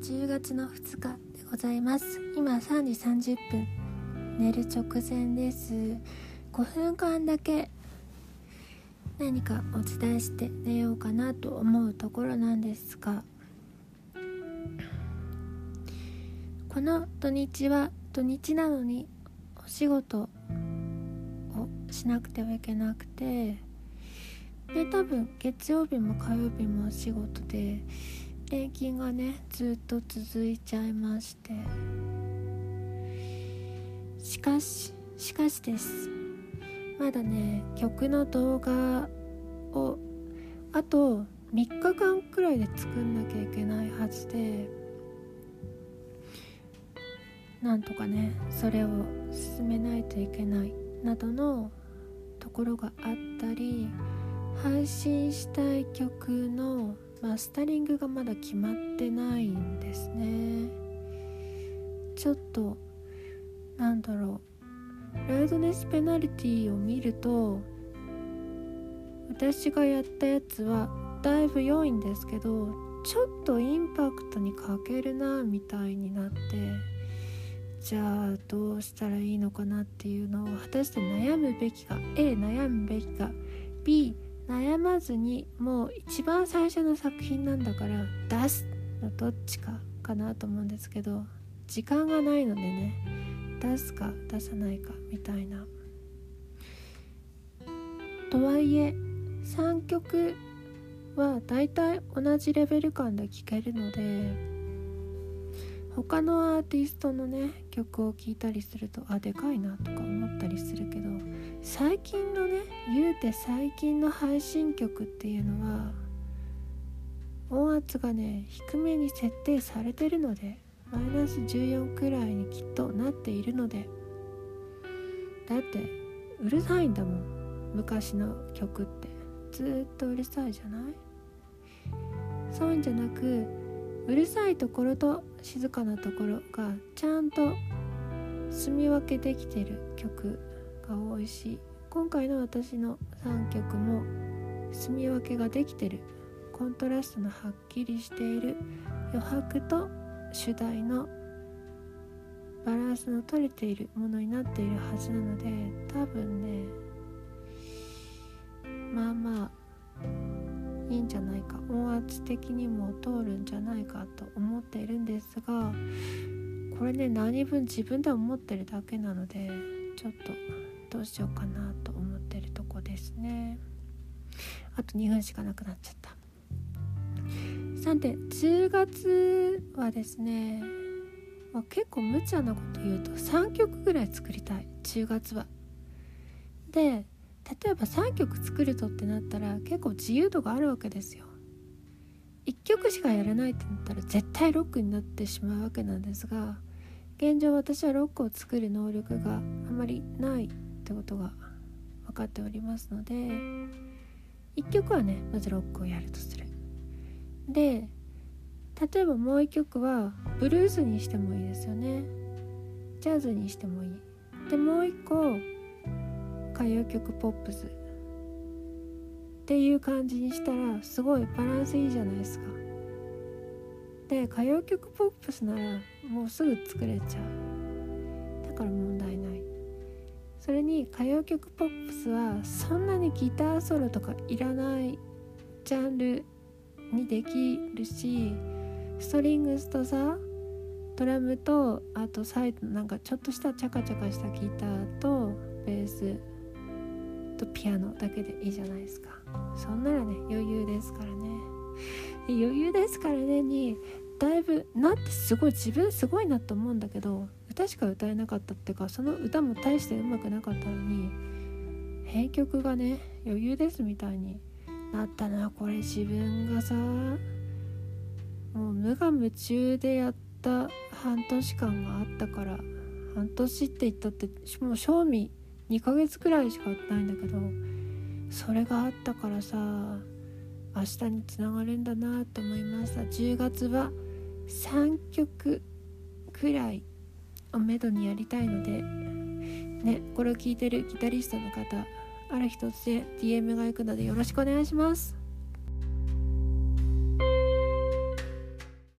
10月の2日でございます。今3時30分、寝る直前です。5分間だけ何かお伝えして寝ようかなと思うところなんですが、この土日は土日なのにお仕事をしなくてはいけなくて、で多分月曜日も火曜日もお仕事で連勤がねずっと続いちゃいまして、しかしです、まだね曲の動画をあと3日間くらいで作んなきゃいけないはずで、なんとかねそれを進めないといけないなどのところがあったり、配信したい曲のマスタリングがまだ決まってないんですね。ちょっとラウドネスペナルティを見ると、私がやったやつはだいぶ良いんですけど、ちょっとインパクトに欠けるなみたいになって、じゃあどうしたらいいのかなっていうのを、果たして悩むべきか A 悩むべきか B 悩まずにもう一番最初の作品なんだから出すのどっちかなと思うんですけど、時間がないのでね、出すか出さないかみたいな。とはいえ3曲はだいたい同じレベル感で聴けるので、他のアーティストのね曲を聴いたりするとでかいなとか思ったりするけど、最近のね最近の配信曲っていうのは音圧がね低めに設定されてるので、マイナス14くらいにきっとなっているので、だってうるさいんだもん、昔の曲ってずっとうるさいじゃない。そういうんじゃなく、うるさいところと静かなところがちゃんと住み分けできてる曲が多いし、今回の私の3曲も住み分けができてる、コントラストのはっきりしている余白と主題のバランスの取れているものになっているはずなので、多分ねまあいいんじゃないか、音圧的にも通るんじゃないかと思っているんですが、これね何分自分で思ってるだけなので、ちょっとどうしようかなと思ってるとこですね。あと2分しかなくなっちゃった。さて10月はですね、結構無茶なこと言うと3曲ぐらい作りたい、10月は。で例えば3曲作るとってなったら結構自由度があるわけですよ。1曲しかやらないってなったら絶対ロックになってしまうわけなんですが、現状私はロックを作る能力があまりないってことが分かっておりますので、1曲はねまずロックをやるとする。で例えばもう1曲はブルースにしてもいいですよね、ジャズにしてもいい。でもう1個歌謡曲ポップスっていう感じにしたらすごいバランスいいじゃないですか。で歌謡曲ポップスならもうすぐ作れちゃう、だから問題ない。それに歌謡曲ポップスはそんなにギターソロとかいらないジャンルにできるし、ストリングスとさドラムと、あとサイドなんかちょっとしたチャカチャカしたギターとベースとピアノだけでいいじゃないですか。そんならね余裕ですからね。余裕ですからねにだいぶなってすごい自分すごいなと思うんだけど、歌しか歌えなかったっていうか、その歌も大してうまくなかったのに編曲がね余裕ですみたいになったな。これ自分がさもう無我夢中でやった半年間があったから、半年って言ったってもう賞味2ヶ月くらいしかないんだけど、それがあったからさ明日につながるんだなと思いました。10月は3曲くらいをめどにやりたいのでね、これを聞いてるギタリストの方、ある一つで DM が行くのでよろしくお願いします。